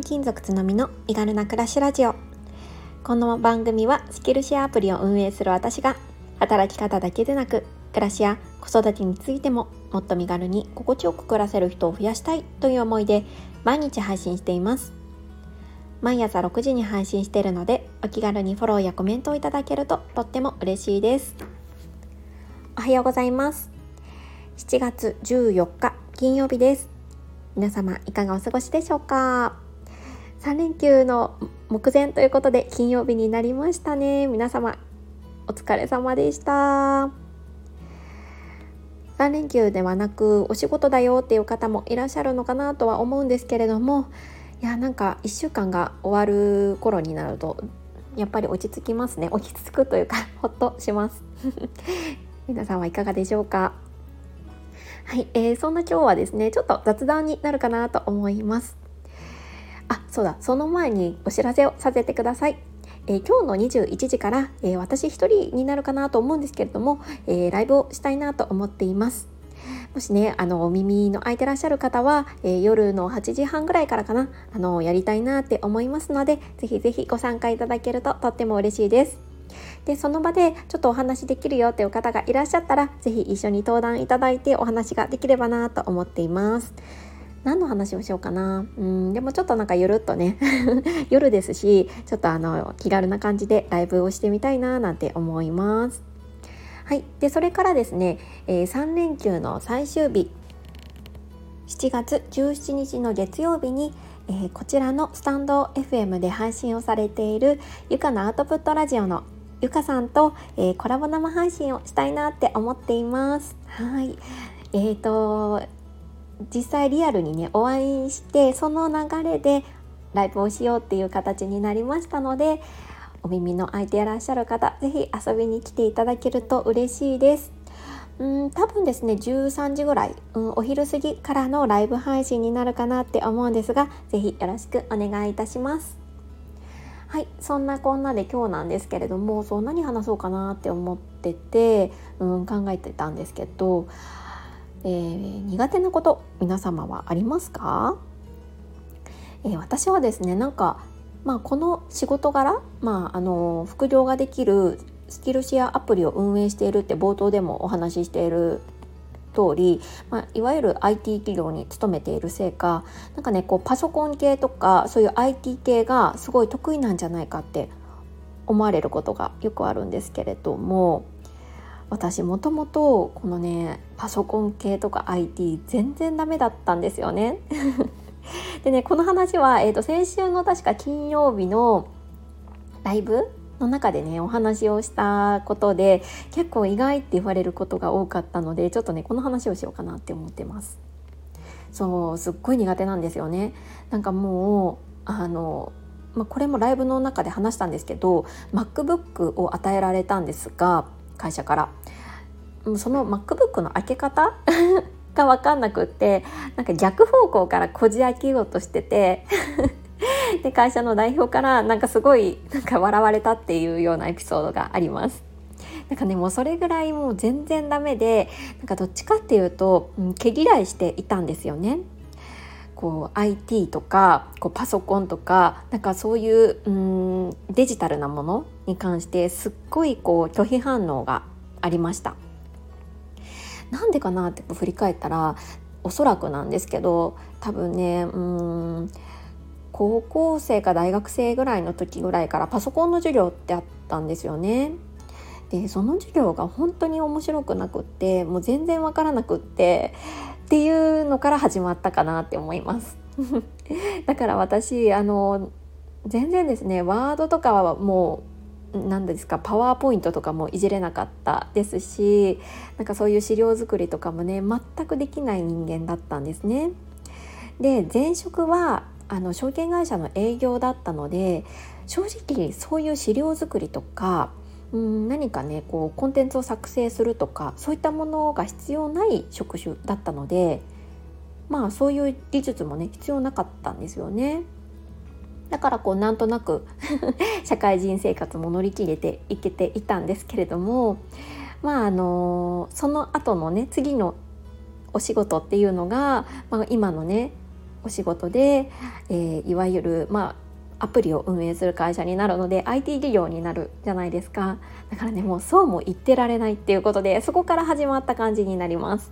金属つのみの身軽な暮らしラジオ。この番組はスキルシェアアプリを運営する私が働き方だけでなく暮らしや子育てについてももっと身軽に心地よく暮らせる人を増やしたいという思いで毎日配信しています。毎朝6時に配信しているのでお気軽にフォローやコメントをいただけるととっても嬉しいです。おはようございます。7月14日金曜日です。皆様いかがお過ごしでしょうか。3連休の目前ということで金曜日になりましたね。皆様お疲れ様でした。3連休ではなくお仕事だよっていう方もいらっしゃるのかなとは思うんですけれども、いやなんか1週間が終わる頃になるとやっぱり落ち着きますね。落ち着くというかほっとします皆さんはいかがでしょうか。はい、そんな今日はですねちょっと雑談になるかなと思います。そうだ、その前にお知らせをさせてください。今日の21時から、私一人になるかなと思うんですけれども、ライブをしたいなと思っています。もしねお耳の空いてらっしゃる方は、夜の8時半ぐらいからかなやりたいなって思いますので、ぜひぜひご参加いただけるととっても嬉しいです。でその場でちょっとお話できるよっていう方がいらっしゃったら、ぜひ一緒に登壇いただいてお話ができればなと思っています。何の話をしようかな。でもちょっとなんかゆるっとね夜ですし、ちょっと気軽な感じでライブをしてみたいななんて思います。はい、でそれからですね、3連休の最終日7月17日の月曜日に、こちらのスタンド FM で配信をされているゆかのアウトプットラジオのゆかさんと、コラボ生配信をしたいなって思っています。はい、実際リアルにねお会いして、その流れでライブをしようっていう形になりましたので、お耳の空いていらっしゃる方ぜひ遊びに来ていただけると嬉しいです。多分ですね13時ぐらい、お昼過ぎからのライブ配信になるかなって思うんですが、ぜひよろしくお願いいたします。はい、そんなこんなで今日なんですけれども、何話そうかなって思ってて、考えてたんですけど、苦手なこと皆様はありますか？私はですねこの仕事柄、副業ができるスキルシェアアプリを運営しているって冒頭でもお話ししている通り、いわゆる IT 企業に勤めているせいか、パソコン系とかそういう IT 系がすごい得意なんじゃないかって思われることがよくあるんですけれども、私もともとこのねパソコン系とか IT 全然ダメだったんですよねでねこの話は、先週の確か金曜日のライブの中でねお話をしたことで、結構意外って言われることが多かったので、ちょっとねこの話をしようかなって思ってます。すっごい苦手なんですよね。もうこれもライブの中で話したんですけど、 MacBook を与えられたんですが、会社からその MacBook の開け方が分かんなくって、逆方向からこじ開けようとしててで会社の代表からすごい笑われたっていうようなエピソードがあります。もうそれぐらいもう全然ダメで、どっちかっていうと、毛嫌いしていたんですよね。IT とかパソコンとかそういうデジタルなものに関してすっごい拒否反応がありました。なんでかなって振り返ったら、おそらくなんですけど、多分ね高校生か大学生ぐらいの時ぐらいからパソコンの授業ってあったんですよね。でその授業が本当に面白くなくって、もう全然わからなくってっていうのから始まったかなって思いますだから私全然ですね、ワードとかはもう何ですか、パワーポイントとかもいじれなかったですし、そういう資料作りとかもね全くできない人間だったんですね。で前職は証券会社の営業だったので、正直そういう資料作りとか何かねコンテンツを作成するとかそういったものが必要ない職種だったので、そういう技術もね必要なかったんですよね。だからなんとなく社会人生活も乗り切れていけていたんですけれども、その後のね次のお仕事っていうのが、今のねお仕事で、いわゆるアプリを運営する会社になるので IT 企業になるじゃないですか。だからね、もうそうも言ってられないっていうことで、そこから始まった感じになります。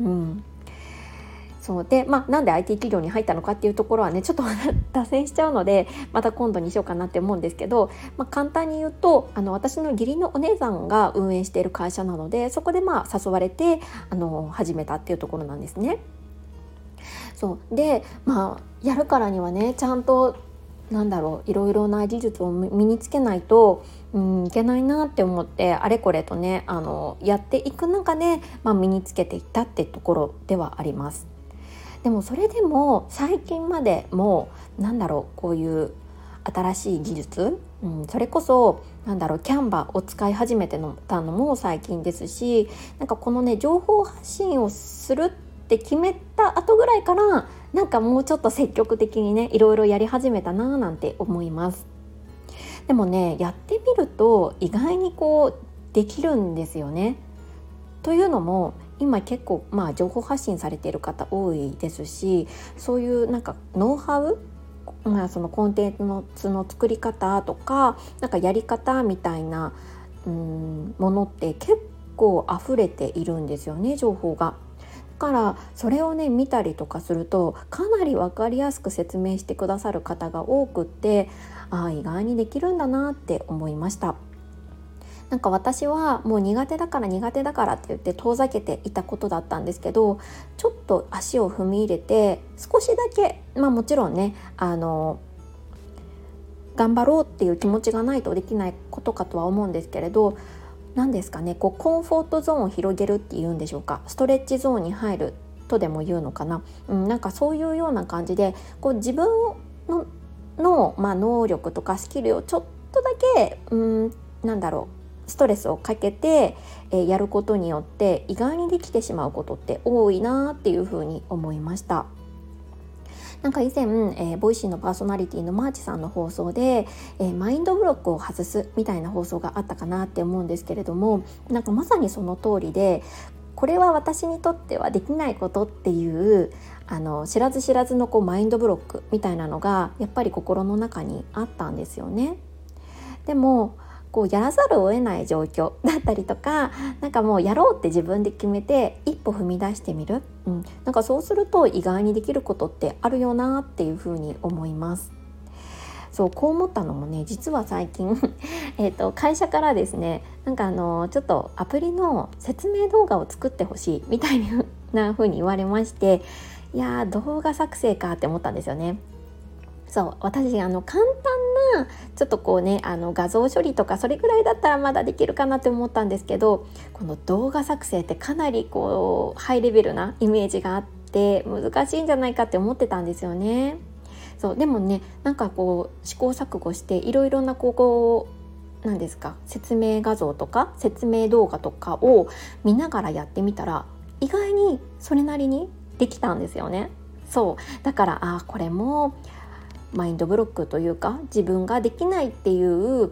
そうで、なんで IT 企業に入ったのかっていうところはね、ちょっと脱線しちゃうのでまた今度にしようかなって思うんですけど、簡単に言うと私の義理のお姉さんが運営している会社なので、そこで誘われて始めたっていうところなんですね。そうで、やるからにはね、ちゃんといろいろな技術を身につけないといけないなって思って、あれこれとねやっていく中で、身につけていったってところではあります。でもそれでも最近までもこういう新しい技術、それこそキャンバーを使い始めてたのも最近ですし、このね情報発信をするって決めた後ぐらいからもうちょっと積極的にねいろいろやり始めたななんて思います。でもね、やってみると意外にできるんですよね。というのも今結構情報発信されている方多いですし、そういうノウハウ、そのコンテンツの作り方とかやり方みたいなものって結構溢れているんですよね、情報が。だからそれをね見たりとかするとかなり分かりやすく説明してくださる方が多くって、意外にできるんだなって思いました。私はもう苦手だからって言って遠ざけていたことだったんですけど、ちょっと足を踏み入れて少しだけもちろんね頑張ろうっていう気持ちがないとできないことかとは思うんですけれど、何ですかね、コンフォートゾーンを広げるっていうんでしょうか、ストレッチゾーンに入るとでも言うのかな、そういうような感じで自分の能力とかスキルをちょっとだけストレスをかけて、やることによって意外にできてしまうことって多いなっていうふうに思いました。以前、ボイシーのパーソナリティのマーチさんの放送で、マインドブロックを外すみたいな放送があったかなって思うんですけれども、まさにその通りで、これは私にとってはできないことっていう知らず知らずのマインドブロックみたいなのがやっぱり心の中にあったんですよね。でもやらざるを得ない状況だったりとか、もうやろうって自分で決めて一歩踏み出してみる、そうすると意外にできることってあるよなっていうふうに思います。こう思ったのもね、実は最近会社からですね、ちょっとアプリの説明動画を作ってほしいみたいな風に言われまして、いや動画作成かって思ったんですよね。私簡単なちょっと画像処理とかそれぐらいだったらまだできるかなって思ったんですけど、この動画作成ってかなりハイレベルなイメージがあって難しいんじゃないかって思ってたんですよね。でもね試行錯誤していろいろな何ですか、説明画像とか説明動画とかを見ながらやってみたら意外にそれなりにできたんですよね。だからこれもマインドブロックというか、自分ができないっていう、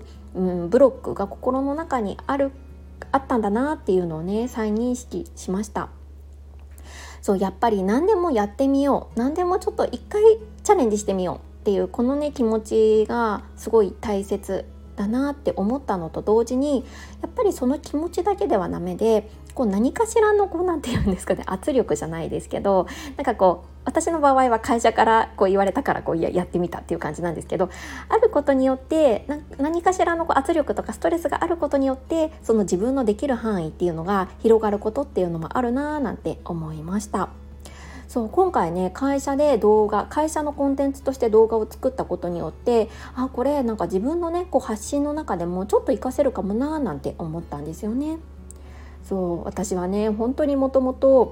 ブロックが心の中にあったんだなっていうのをね再認識しました。やっぱり何でもやってみよう、何でもちょっと一回チャレンジしてみようっていうこのね気持ちがすごい大切だなって思ったのと同時に、やっぱりその気持ちだけではダメで、何かしらのなんていうんですかね、圧力じゃないですけど、私の場合は会社から言われたからやってみたっていう感じなんですけど、あることによって何かしらの圧力とかストレスがあることによって、その自分のできる範囲っていうのが広がることっていうのもあるななんて思いました。今回ね会社のコンテンツとして動画を作ったことによって、これ自分のね発信の中でもちょっと活かせるかもななんて思ったんですよね。私はね本当にもともと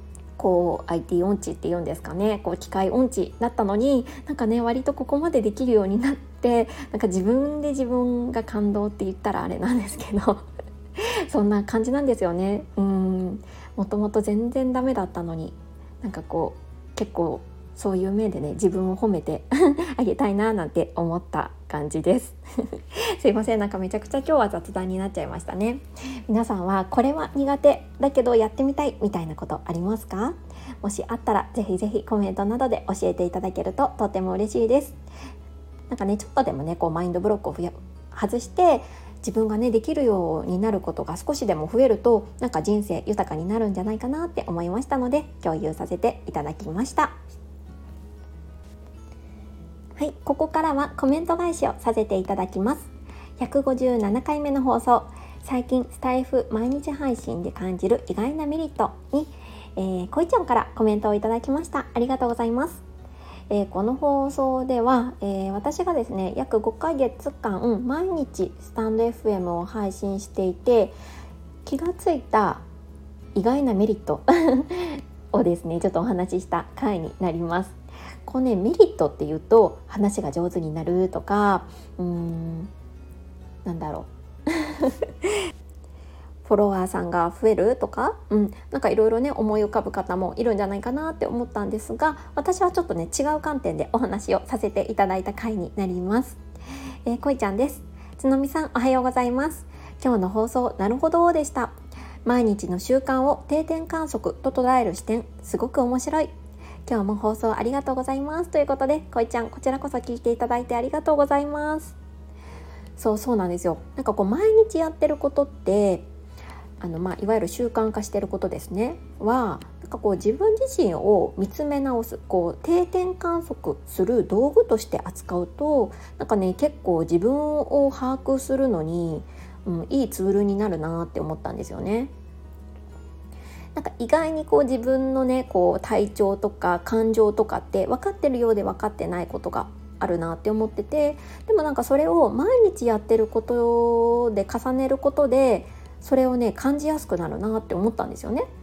IT 音痴っていうんですかね、機械音痴だったのに割とここまでできるようになって、自分で自分が感動って言ったらあれなんですけどそんな感じなんですよね。もともと全然ダメだったのに結構そういう面でね自分を褒めてあげたいななんて思った感じですすいません、なんかめちゃくちゃ今日は雑談になっちゃいましたね。皆さんはこれは苦手だけどやってみたいみたいなことありますか？もしあったらぜひぜひコメントなどで教えていただけるととても嬉しいです。なんかねちょっとでもねこうマインドブロックを外して自分がねできるようになることが少しでも増えるとなんか人生豊かになるんじゃないかなって思いましたので共有させていただきました。はい、ここからはコメント返しをさせていただきます。157回目の放送、最近スタイフ毎日配信で感じる意外なメリットに、こいちゃんからコメントをいただきました。ありがとうございます。この放送では、私がですね約5ヶ月間毎日スタンド FM を配信していて気がついた意外なメリットをですねちょっとお話しした回になります。こうねメリットっていうと話が上手になるとかなんだろうフォロワーさんが増えるとか、なんかいろいろね思い浮かぶ方もいるんじゃないかなって思ったんですが、私はちょっとね違う観点でお話をさせていただいた回になります。こいちゃんです。つのみさんおはようございます。今日の放送なるほどでした。毎日の習慣を定点観測と捉える視点すごく面白い。今日も放送ありがとうございますということで、こいちゃんこちらこそ聞いていただいてありがとうございます。そうなんですよ。なんかこう毎日やってることっていわゆる習慣化してることですねはなんかこう自分自身を見つめ直すこう定点観測する道具として扱うとなんかね結構自分を把握するのに、いいツールになるなって思ったんですよね。なんか意外にこう自分のねこう体調とか感情とかって分かってるようで分かってないことがあるなって思ってて、でもなんかそれを毎日やってることで重ねることでそれをね感じやすくなるなって思ったんですよね。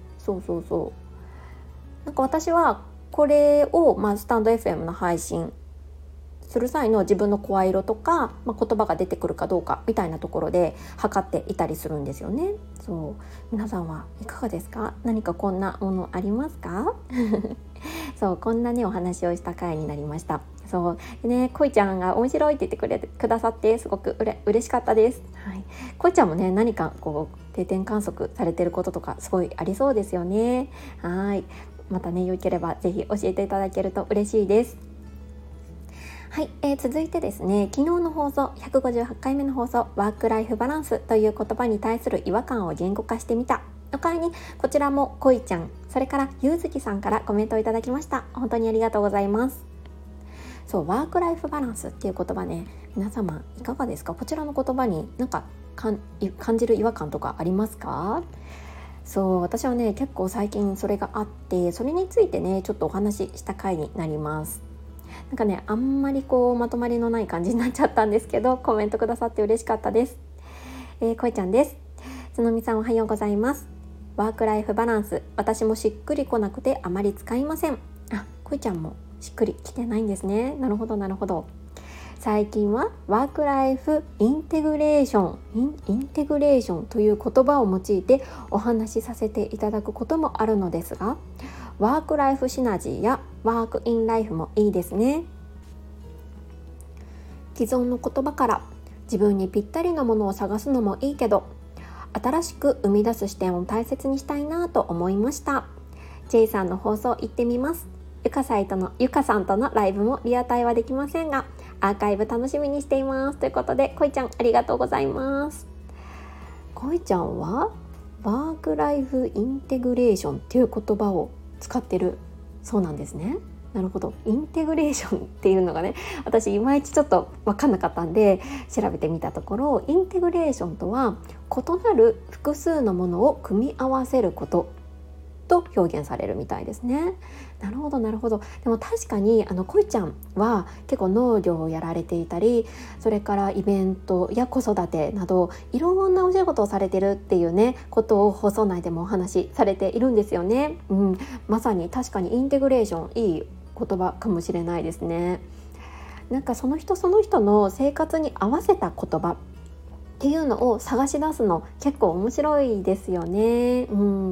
なんか私はこれを、スタンド FM の配信する際の自分の声色とか、言葉が出てくるかどうかみたいなところで測っていたりするんですよね。皆さんはいかがですか？何かこんなものありますか？こんなねお話をした回になりました。こいちゃんが面白いって言ってくださってすごく嬉しかったです。こいちゃんもね何かこう定点観測されてることとかすごいありそうですよね。またね良ければぜひ教えていただけると嬉しいです。続いてですね昨日の放送158回目の放送ワークライフバランスという言葉に対する違和感を言語化してみたの回にこちらもこいちゃんそれからゆうずきさんからコメントをいただきました。本当にありがとうございます。ワークライフバランスっていう言葉ね皆様いかがですか？こちらの言葉になんか感じる違和感とかありますか？私はね結構最近それがあってそれについてねちょっとお話しした回になります。なんかねあんまりこうまとまりのない感じになっちゃったんですけどコメントくださって嬉しかったです。こいちゃんです。つのみさんおはようございます。ワークライフバランス私もしっくりこなくてあまり使いません。こいちゃんもしっくりきてないんですね。なるほど。最近はワークライフインテグレーションという言葉を用いてお話しさせていただくこともあるのですが、ワークライフシナジーやワークインライフもいいですね。既存の言葉から自分にぴったりなものを探すのもいいけど、新しく生み出す視点を大切にしたいなと思いました。J さんの放送行ってみます。ゆかさんとのライブもリアタイはできませんがアーカイブ楽しみにしていますということで、こいちゃんありがとうございます。こいちゃんはワークライフインテグレーションっていう言葉を使ってるそうなんですね。なるほど。インテグレーションっていうのがね私いまいちちょっと分かんなかったんで調べてみたところ、インテグレーションとは異なる複数のものを組み合わせることと表現されるみたいですね。なるほど。でも確かにこいちゃんは結構農業をやられていたり、それからイベントや子育てなどいろんなお仕事をされてるっていうねことを放送内でもお話しされているんですよね。まさに確かにインテグレーションいい言葉かもしれないですね。なんかその人の生活に合わせた言葉っていうのを探し出すの結構面白いですよね。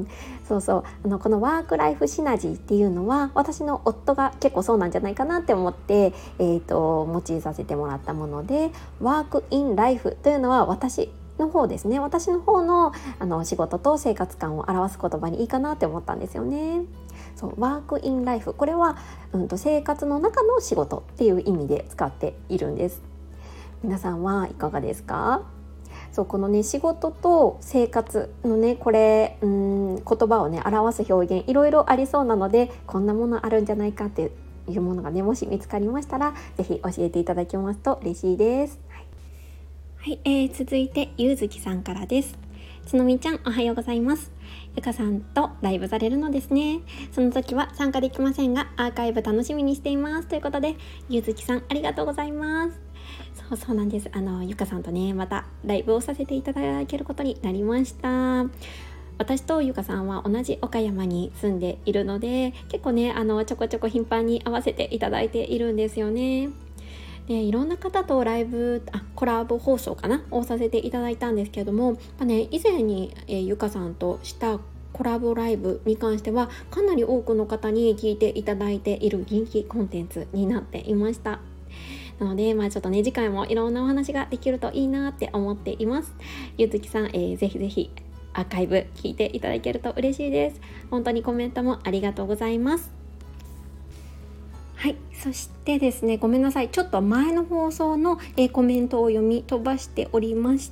そうそう、このワークライフシナジーっていうのは私の夫が結構そうなんじゃないかなって思って、用いさせてもらったもので、ワークインライフというのは私の方ですね。私の方の、仕事と生活感を表す言葉にいいかなって思ったんですよね。そうワークインライフ、これは、生活の中の仕事っていう意味で使っているんです。皆さんはいかがですか？そうこのね、仕事と生活のね、これ言葉をね表す表現いろいろありそうなので、こんなものあるんじゃないかっていうものがね、もし見つかりましたらぜひ教えていただけますと嬉しいです。はい、続いてゆうずきさんからです。つのみちゃん、おはようございます。ゆかさんとライブされるのですね。その時は参加できませんがアーカイブ楽しみにしていますということで、ゆうずきさんありがとうございます。そうなんです。ゆかさんとねまたライブをさせていただけることになりました。私とゆかさんは同じ岡山に住んでいるので、結構ねちょこちょこ頻繁に会わせていただいているんですよね。でいろんな方とライブコラボ放送かなをさせていただいたんですけども、以前に、ゆかさんとしたコラボライブに関してはかなり多くの方に聞いていただいている人気コンテンツになっていました。なので、ちょっとね次回もいろんなお話ができるといいなって思っています。ゆずきさん、ぜひぜひアーカイブ聞いていただけると嬉しいです。本当にコメントもありがとうございます。はい、そしてですね、ごめんなさい、ちょっと前の放送の、コメントを読み飛ばしておりました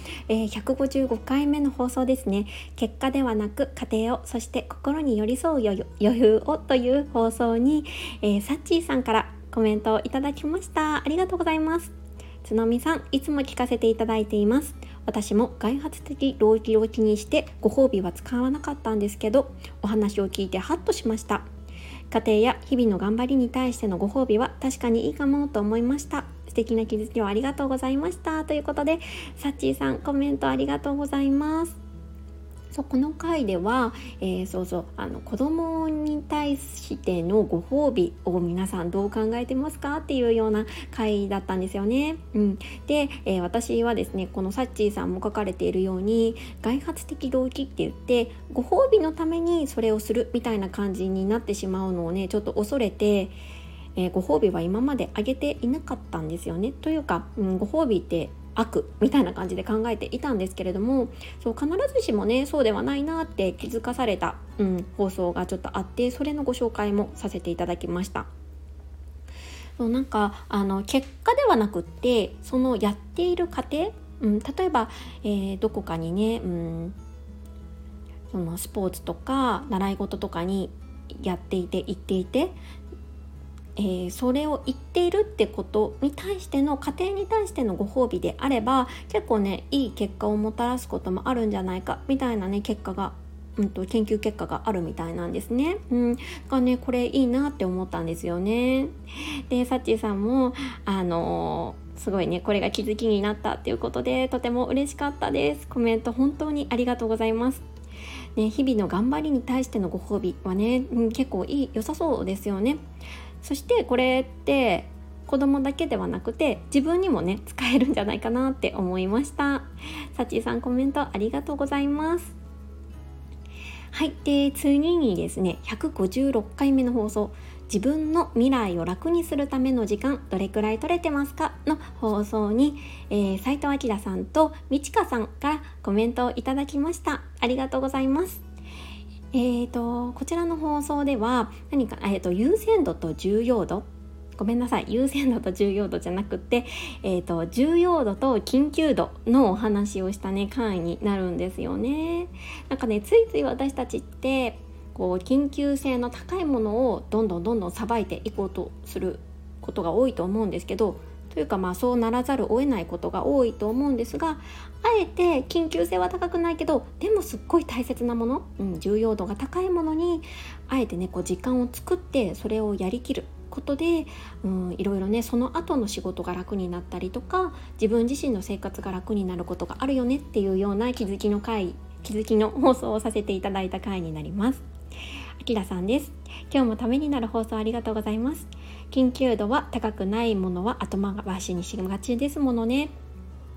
。155回目の放送ですね。結果ではなく家庭を、そして心に寄り添う余裕をという放送に、サッチーさんからコメントをいただきました。ありがとうございます。つのみさん、いつも聞かせていただいています。私も外発的労働を気にしてご褒美は使わなかったんですけど、お話を聞いてハッとしました。家庭や日々の頑張りに対してのご褒美は確かにいいかもと思いました。素敵な気づきをありがとうございましたということで、サッチーさんコメントありがとうございます。この回では、子供に対してのご褒美を皆さんどう考えてますかっていうような回だったんですよね。で、私はですね、このサッチーさんも書かれているように外発的動機って言ってご褒美のためにそれをするみたいな感じになってしまうのをねちょっと恐れて、ご褒美は今まであげていなかったんですよね。というか、ご褒美って悪みたいな感じで考えていたんですけれども、必ずしもねそうではないなって気づかされた、放送がちょっとあって、それのご紹介もさせていただきました。なんか結果ではなくってそのやっている過程、例えば、どこかにね、そのスポーツとか習い事とかに行っていて、それを言っているってことに対しての家庭に対してのご褒美であれば結構ねいい結果をもたらすこともあるんじゃないかみたいなね結果が、研究結果があるみたいなんですね。がねこれいいなって思ったんですよね。でサッチーさんもすごいねこれが気づきになったっていうことでとても嬉しかったです。コメント本当にありがとうございます。日々の頑張りに対してのご褒美はね、結構良さそうですよね。そしてこれって子供だけではなくて自分にもね使えるんじゃないかなって思いました。サチーさんコメントありがとうございます。はい、で次にですね156回目の放送、自分の未来を楽にするための時間どれくらい取れてますかの放送に、斉藤明さんとみちかさんからコメントをいただきました。ありがとうございます。こちらの放送では何か、優先度と重要度、ごめんなさい、優先度と重要度じゃなくて、重要度と緊急度のお話をしたね回になるんですよね。なんかねついつい私たちって緊急性の高いものをどんどんさばいていこうとすることが多いと思うんですけど、というかそうならざるを得ないことが多いと思うんですが、あえて緊急性は高くないけどでもすっごい大切なもの、重要度が高いものにあえてね時間を作ってそれをやりきることで、いろいろねその後の仕事が楽になったりとか自分自身の生活が楽になることがあるよねっていうような気づきの放送をさせていただいた回になります。あきらさんです。今日もためになる放送ありがとうございます。緊急度は高くないものは後回しにしがちですものね。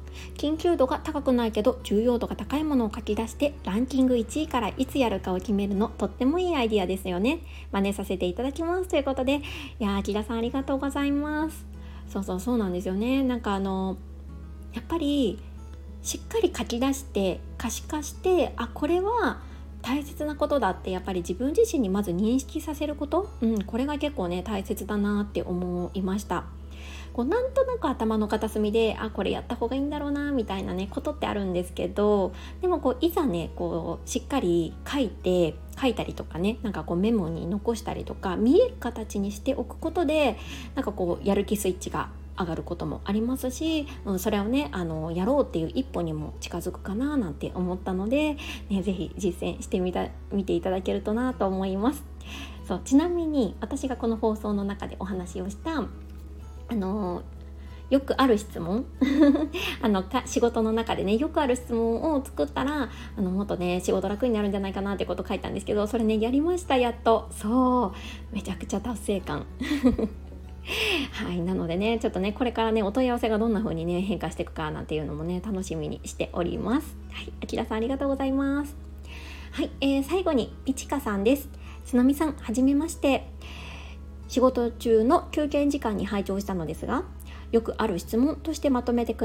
緊急度が高くないけど重要度が高いものを書き出してランキング1位からいつやるかを決めるの、とってもいいアイディアですよね。真似させていただきますということで、いやあきらさんありがとうございます。そうなんですよね。なんかやっぱりしっかり書き出して可視化して、これは大切なことだってやっぱり自分自身にまず認識させること、これが結構ね大切だなって思いました。なんとなく頭の片隅でこれやった方がいいんだろうなみたいなねことってあるんですけど、でもいざねしっかり書いたりとかね、メモに残したりとか見える形にしておくことでやる気スイッチが上がることもありますし、それをねやろうっていう一歩にも近づくかななんて思ったので、ぜひ実践してみていただけるとなと思います。ちなみに私がこの放送の中でお話をしたよくある質問仕事の中でねよくある質問を作ったらもっとね仕事楽になるんじゃないかなってことを書いたんですけど、それねやりました。やっとめちゃくちゃ達成感はい、なのでねちょっとねこれからねお問い合わせがどんな風にね変化していくかなんていうのもね楽しみにしております。はい、あきらさんありがとうございます。はい、最後にいちかさんです。つのみさんはじめまして。仕事中の休憩時間に拝聴したのですが、よくある質問としてまとめる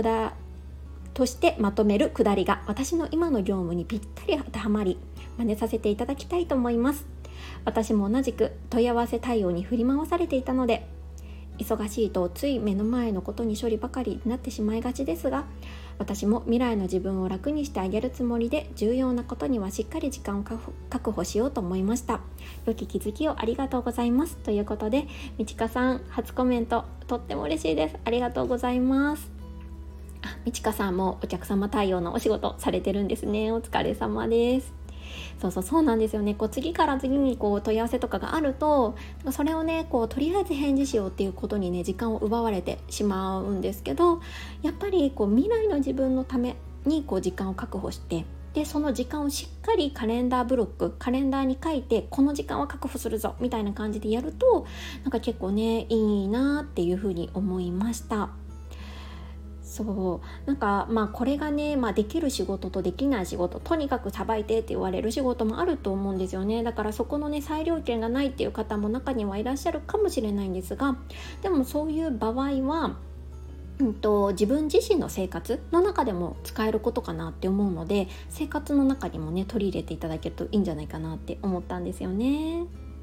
くだりが私の今の業務にぴったり当てはまり、真似させていただきたいと思います。私も同じく問い合わせ対応に振り回されていたので、忙しいとつい目の前のことに処理ばかりになってしまいがちですが、私も未来の自分を楽にしてあげるつもりで重要なことにはしっかり時間を確保しようと思いました。良き気づきをありがとうございますということで、みちかさん初コメントとっても嬉しいです。ありがとうございます。みちかさんもお客様対応のお仕事されてるんですね。お疲れ様です。そうなんですよね。次から次に問い合わせとかがあると、それをねとりあえず返事しようっていうことにね時間を奪われてしまうんですけど、やっぱり未来の自分のために時間を確保して、でその時間をしっかりカレンダーに書いて、この時間は確保するぞみたいな感じでやると結構ねいいなっていうふうに思いました。これがね、できる仕事とできない仕事、とにかくさばいてって言われる仕事もあると思うんですよね。だからそこのね裁量権がないっていう方も中にはいらっしゃるかもしれないんですが、でもそういう場合は自分自身の生活の中でも使えることかなって思うので、生活の中にもね取り入れていただけるといいんじゃないかなって思ったんですよね。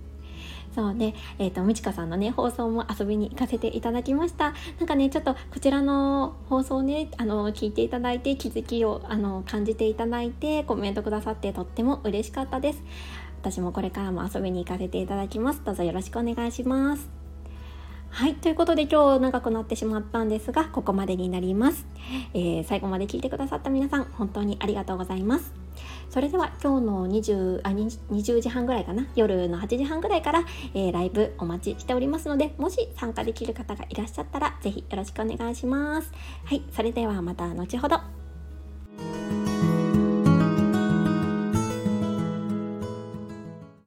みちかさんのね放送も遊びに行かせていただきました。ちょっとこちらの放送ね聞いていただいて、気づきを感じていただいてコメントくださってとっても嬉しかったです。私もこれからも遊びに行かせていただきます。どうぞよろしくお願いします。はい、ということで今日長くなってしまったんですが、ここまでになります。最後まで聞いてくださった皆さん本当にありがとうございます。それでは今日の20時半ぐらいかな、夜の8時半ぐらいから、ライブお待ちしておりますので、もし参加できる方がいらっしゃったらぜひよろしくお願いします。はい、それではまた後ほど。